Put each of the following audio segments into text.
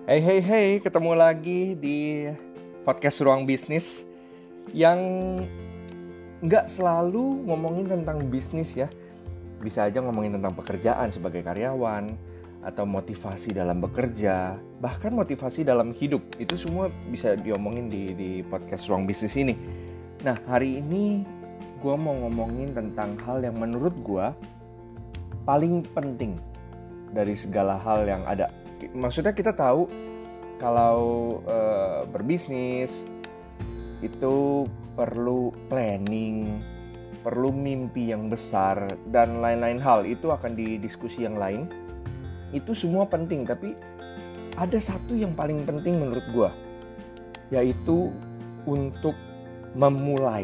Hey, ketemu lagi di podcast Ruang Bisnis yang nggak selalu ngomongin tentang bisnis ya. Bisa aja ngomongin tentang pekerjaan sebagai karyawan, atau motivasi dalam bekerja, bahkan motivasi dalam hidup. Itu semua bisa diomongin di podcast Ruang Bisnis ini. Nah, hari ini gue mau ngomongin tentang hal yang menurut gue paling penting dari segala hal yang ada. Maksudnya kita tahu kalau berbisnis itu perlu planning, perlu mimpi yang besar, dan lain-lain hal. Itu akan di diskusi yang lain. Itu semua penting, tapi ada satu yang paling penting menurut gue, yaitu untuk memulai.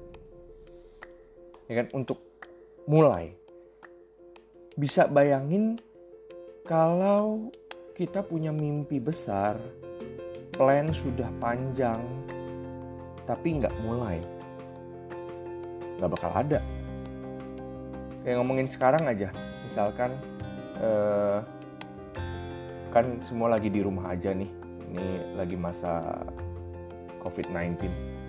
Ya kan, untuk mulai. Bisa bayangin kalau kita punya mimpi besar, plan sudah panjang, tapi nggak mulai, nggak bakal ada. Kayak ngomongin sekarang aja, misalkan kan semua lagi di rumah aja nih, ini lagi masa COVID-19.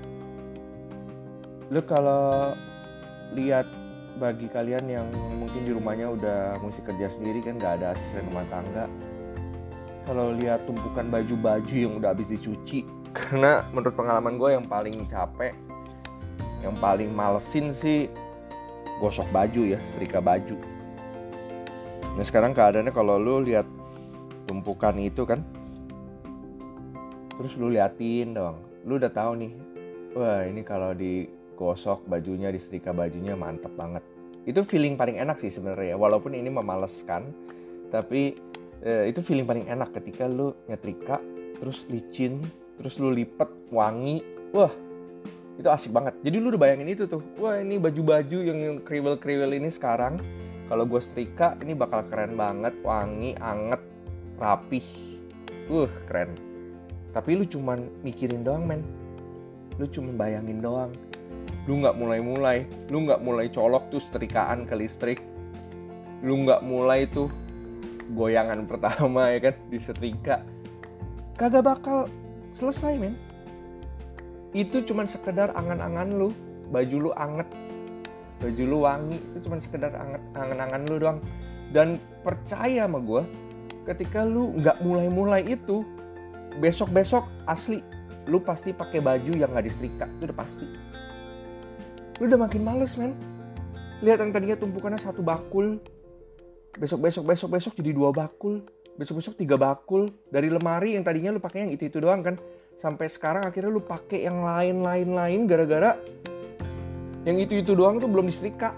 Lu kalau lihat, bagi kalian yang mungkin di rumahnya udah mesti kerja sendiri kan, nggak ada asisten rumah tangga, kalau lihat tumpukan baju-baju yang udah habis dicuci, karena menurut pengalaman gue yang paling capek, yang paling malesin sih gosok baju ya, setrika baju. Nah sekarang keadaannya kalau lu lihat tumpukan itu kan, terus lu liatin doang, lu udah tahu nih, wah ini kalau digosok bajunya, disetrika bajunya mantep banget. Itu feeling paling enak sih sebenarnya, walaupun ini memaleskan, tapi itu feeling paling enak ketika lu nyetrika, terus licin, terus lu lipet, wangi. Wah, itu asik banget. Jadi lu udah bayangin itu tuh. Wah, ini baju-baju yang kriwil-kriwil ini sekarang, kalau gue setrika, ini bakal keren banget, wangi, anget, rapih. Keren. Tapi lu cuman mikirin doang, men. Lu cuman bayangin doang. Lu gak mulai-mulai. Lu gak mulai colok tuh setrikaan ke listrik. Lu gak mulai tuh goyangan pertama ya kan, disetrika. Kagak bakal selesai, men. Itu cuman sekedar angan-angan lu, baju lu anget, baju lu wangi, itu cuman sekedar angan-angan lu doang. Dan percaya sama gue, ketika lu gak mulai-mulai itu, besok-besok asli lu pasti pakai baju yang gak disetrika. Itu udah pasti. Lu udah makin males, men. Lihat yang tadinya tumpukannya satu bakul, besok jadi 2 bakul, besok 3 bakul. Dari lemari yang tadinya lu pakai yang itu doang kan, sampai sekarang akhirnya lu pakai yang lain gara-gara yang itu doang tuh belum disetrika.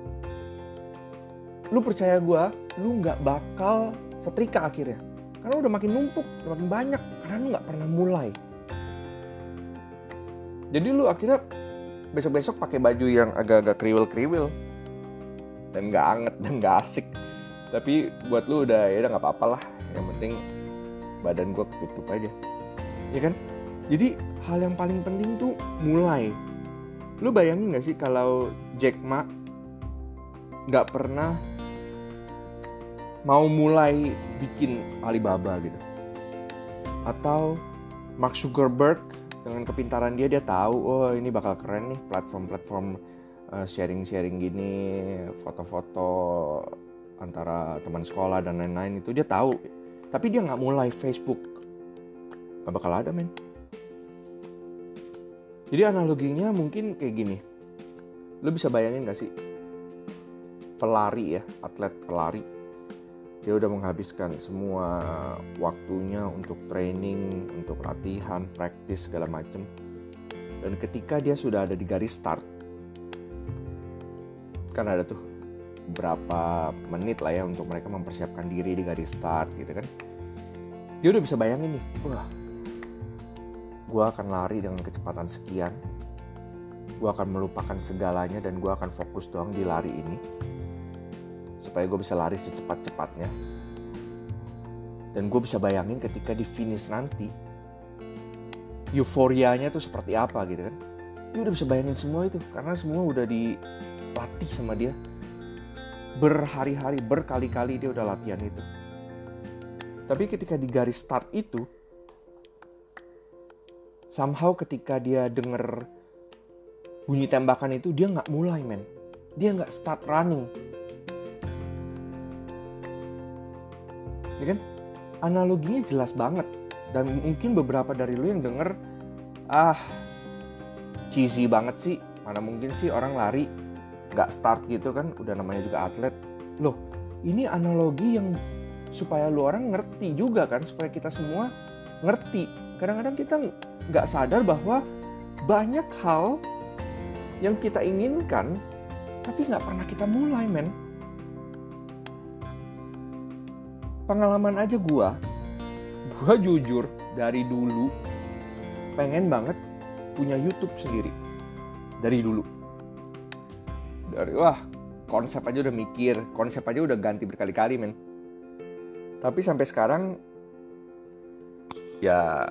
Lu percaya gua, lu nggak bakal setrika akhirnya, karena udah makin numpuk, udah makin banyak, karena lu nggak pernah mulai. Jadi lu akhirnya besok pakai baju yang agak-agak kriwil dan nggak anget dan nggak asik. Tapi buat lu udah nggak apa-apa lah. Yang penting badan gue ketutup aja, ya kan? Jadi hal yang paling penting tuh mulai. Lu bayangin nggak sih kalau Jack Ma nggak pernah mau mulai bikin Alibaba gitu, atau Mark Zuckerberg dengan kepintaran dia tahu, oh ini bakal keren nih platform sharing gini, foto-foto antara teman sekolah dan lain-lain, itu dia tahu, tapi dia nggak mulai Facebook, nggak bakal ada, men. Jadi analoginya mungkin kayak gini, lu bisa bayangin nggak sih pelari ya, atlet pelari, dia udah menghabiskan semua waktunya untuk training, untuk latihan, praktis segala macem, dan ketika dia sudah ada di garis start, kan ada tuh berapa menit lah ya untuk mereka mempersiapkan diri di garis start gitu kan. Dia udah bisa bayangin nih, wah, gue akan lari dengan kecepatan sekian, gue akan melupakan segalanya dan gue akan fokus doang di lari ini supaya gue bisa lari secepat-cepatnya. Dan gue bisa bayangin ketika di finish nanti, euforianya tuh seperti apa gitu kan. Dia udah bisa bayangin semua itu, karena semua udah dilatih sama dia. Berhari-hari, berkali-kali dia udah latihan itu. Tapi ketika di garis start itu, somehow ketika dia denger bunyi tembakan itu, dia gak mulai, men. Dia gak start running. Ya kan? Analoginya jelas banget. Dan mungkin beberapa dari lu yang denger, cheesy banget sih. Mana mungkin sih orang lari gak start gitu kan, udah namanya juga atlet. Loh, ini analogi yang supaya lu orang ngerti juga kan, supaya kita semua ngerti. Kadang-kadang kita gak sadar bahwa banyak hal yang kita inginkan tapi gak pernah kita mulai, men. Pengalaman aja gua jujur dari dulu pengen banget punya YouTube sendiri. Dari dulu. Konsep aja udah mikir, konsep aja udah ganti berkali-kali, men. Tapi sampai sekarang ya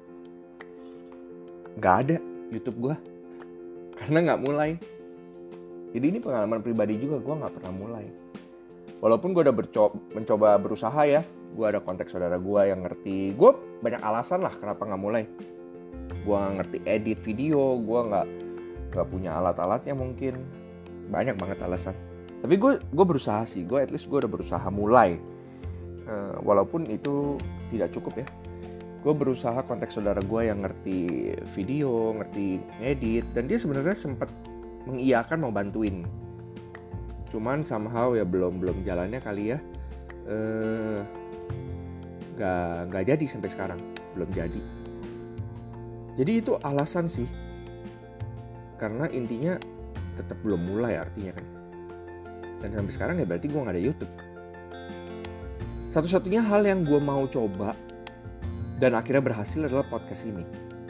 gak ada YouTube gua. Karena gak mulai. Jadi ini pengalaman pribadi juga, gua gak pernah mulai. Walaupun gue udah mencoba berusaha ya, gue ada kontak saudara gue yang ngerti. Gue banyak alasan lah kenapa gak mulai. Gue gak ngerti edit video, gue gak punya alat-alatnya mungkin. Banyak banget alasan. Tapi gue berusaha sih, at least gue udah berusaha mulai. Walaupun itu tidak cukup ya. Gue berusaha kontak saudara gue yang ngerti video, ngerti edit. Dan dia sebenarnya sempat mengiyakan mau bantuin. Cuman somehow ya belum jalannya kali ya. Gak jadi sampai sekarang. Belum jadi. Jadi itu alasan sih. Karena intinya tetap belum mulai artinya kan. Dan sampai sekarang ya berarti gue gak ada YouTube. Satu-satunya hal yang gue mau coba dan akhirnya berhasil adalah podcast ini.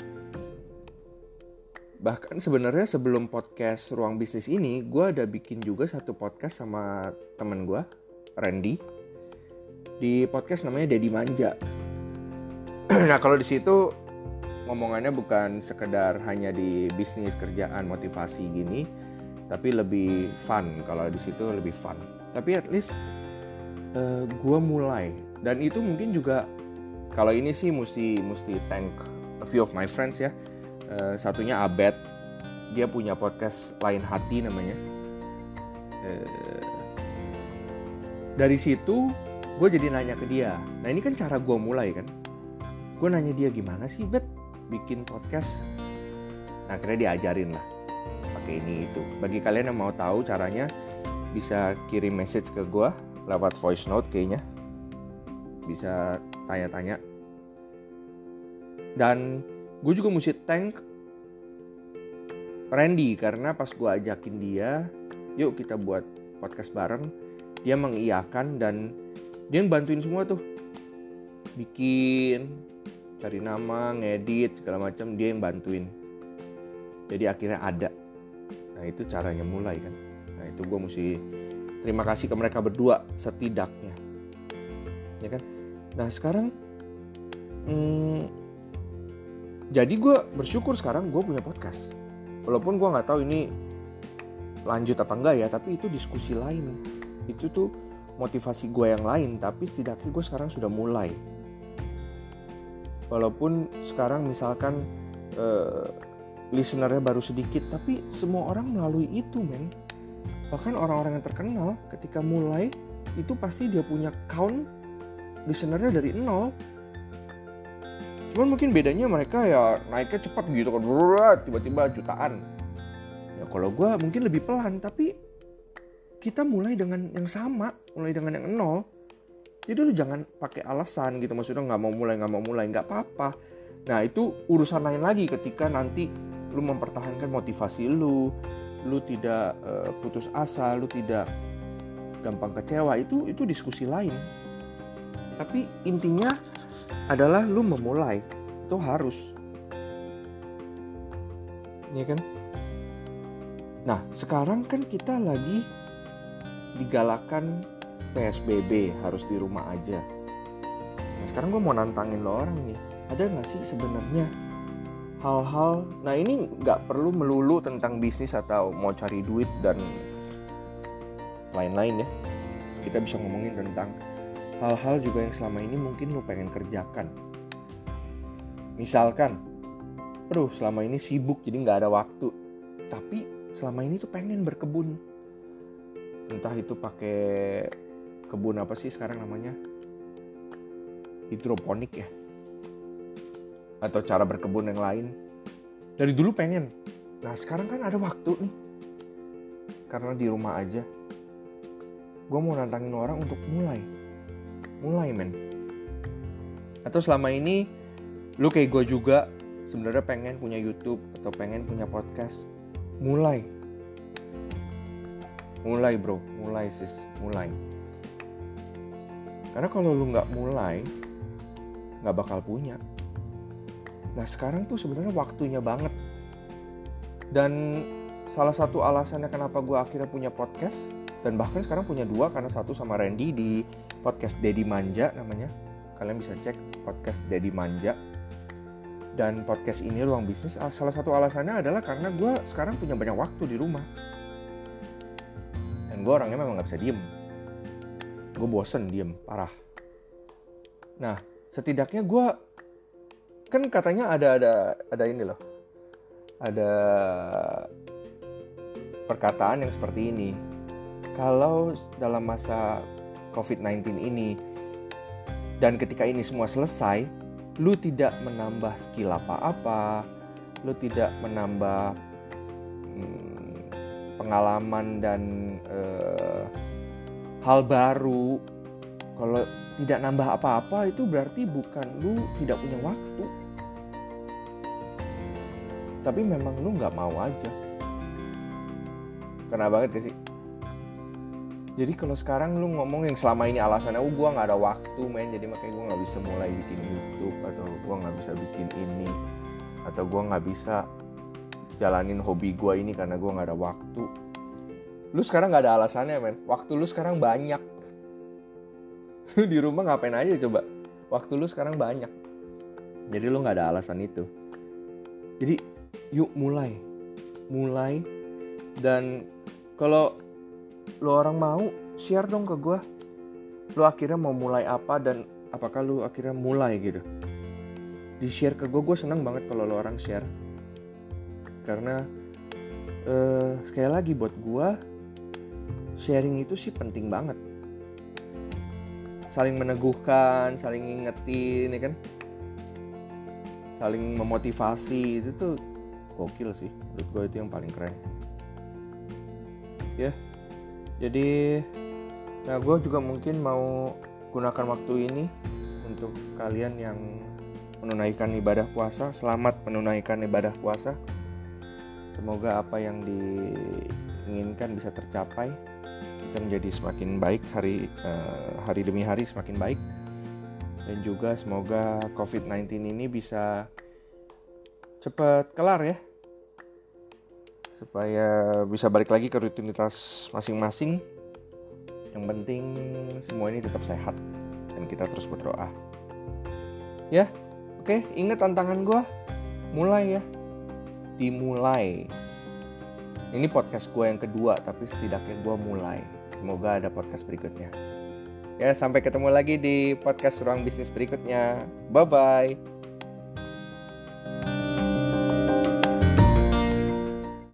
Bahkan sebenarnya sebelum podcast Ruang Bisnis ini, gue ada bikin juga satu podcast sama temen gue, Randy. Di podcast namanya Dedi Manja. Nah kalau di situ ngomongannya bukan sekedar hanya di bisnis, kerjaan, motivasi gini, tapi lebih fun. Kalau di situ lebih fun. Tapi at least gue mulai. Dan itu mungkin juga kalau ini sih mesti thank a few of my friends ya. Satunya Abed, dia punya podcast Lain Hati namanya. Dari situ gue jadi nanya ke dia. Nah ini kan cara gue mulai kan. Gue nanya dia, gimana sih Bet bikin podcast? Nah akhirnya diajarin lah pakai ini itu. Bagi kalian yang mau tahu caranya, bisa kirim message ke gue lewat voice note kayaknya. Bisa tanya-tanya. Dan gue juga mesti thank Randy karena pas gue ajakin dia, yuk kita buat podcast bareng, dia mengiyakan dan dia bantuin semua tuh. Bikin, cari nama, ngedit, segala macam, dia yang bantuin. Jadi akhirnya ada. Nah itu caranya mulai kan. Nah itu gue mesti terima kasih ke mereka berdua setidaknya. Ya kan. Nah sekarang jadi gue bersyukur sekarang gue punya podcast. Walaupun gue gak tahu ini lanjut apa enggak ya, tapi itu diskusi lain. Itu tuh motivasi gue yang lain, tapi setidaknya gue sekarang sudah mulai. Walaupun sekarang misalkan listenernya baru sedikit, tapi semua orang melalui itu, men. Bahkan orang-orang yang terkenal ketika mulai, itu pasti dia punya count listenernya dari 0. Cuman mungkin bedanya mereka ya naiknya cepat gitu kan, tiba-tiba jutaan. Ya kalau gue mungkin lebih pelan, tapi kita mulai dengan yang sama, mulai dengan yang 0. Jadi lu jangan pakai alasan gitu, maksudnya nggak mau mulai, nggak apa-apa. Nah itu urusan lain lagi ketika nanti lu mempertahankan motivasi lu tidak putus asa, lu tidak gampang kecewa, itu diskusi lain. Tapi intinya adalah lu memulai, itu harus. Ya kan? Nah, sekarang kan kita lagi digalakan PSBB, harus di rumah aja. Nah, sekarang gue mau nantangin lo orang nih. Ada gak sih sebenarnya hal-hal, nah ini gak perlu melulu tentang bisnis atau mau cari duit dan lain-lain ya. Kita bisa ngomongin tentang hal-hal juga yang selama ini mungkin lu pengen kerjakan. Misalkan, aduh selama ini sibuk jadi gak ada waktu, tapi selama ini tuh pengen berkebun. Entah itu pakai kebun apa sih sekarang namanya, hidroponik ya, atau cara berkebun yang lain. Dari dulu pengen. Nah sekarang kan ada waktu nih, karena di rumah aja. Gue mau nantangin orang untuk mulai men. Atau selama ini lu kayak gue juga sebenarnya pengen punya YouTube atau pengen punya podcast. Mulai bro, mulai sis, mulai. Karena kalau lu gak mulai, gak bakal punya. Nah sekarang tuh sebenarnya waktunya banget. Dan salah satu alasannya kenapa gue akhirnya punya podcast, dan bahkan sekarang punya 2, karena satu sama Randy di podcast Daddy Manja namanya. Kalian bisa cek podcast Daddy Manja. Dan podcast ini Ruang Bisnis, salah satu alasannya adalah karena gue sekarang punya banyak waktu di rumah. Dan gue orangnya memang gak bisa diem. Gue bosen diem, parah. Nah, setidaknya gue, kan katanya ada ini loh. Ada perkataan yang seperti ini. Kalau dalam masa COVID-19 ini, dan ketika ini semua selesai, lu tidak menambah skill apa-apa, lu tidak menambah pengalaman dan hal baru. Kalau tidak nambah apa-apa, itu berarti bukan lu tidak punya waktu, tapi memang lu gak mau aja. Kena banget gak sih? Jadi kalau sekarang lu ngomong yang selama ini alasannya, gue gak ada waktu men, jadi makanya gue gak bisa mulai bikin YouTube, atau gue gak bisa bikin ini, atau gue gak bisa jalanin hobi gue ini karena gue gak ada waktu. Lu sekarang gak ada alasannya men, waktu lu sekarang banyak. Lu di rumah ngapain aja coba, waktu lu sekarang banyak. Jadi lu gak ada alasan itu. Jadi yuk mulai. Dan kalau lu orang mau, share dong ke gue. Lu akhirnya mau mulai apa, dan apakah lu akhirnya mulai gitu. Di share ke gue senang banget kalau lu orang share. Karena sekali lagi buat gue, sharing itu sih penting banget. Saling meneguhkan, saling ngingetin, ya kan? Saling memotivasi, itu tuh gokil sih. Menurut gue itu yang paling keren. Ya, jadi, nah gue juga mungkin mau gunakan waktu ini untuk kalian yang menunaikan ibadah puasa. Selamat menunaikan ibadah puasa. Semoga apa yang diinginkan bisa tercapai. Kita menjadi semakin baik hari demi hari, semakin baik. Dan juga semoga COVID-19 ini bisa cepat kelar ya, supaya bisa balik lagi ke rutinitas masing-masing. Yang penting semua ini tetap sehat dan kita terus berdoa. Ya, oke, ingat tantangan gue, mulai ya, dimulai. Ini podcast gue yang kedua, tapi setidaknya gue mulai. Semoga ada podcast berikutnya. Ya, sampai ketemu lagi di podcast Ruang Bisnis berikutnya. Bye-bye.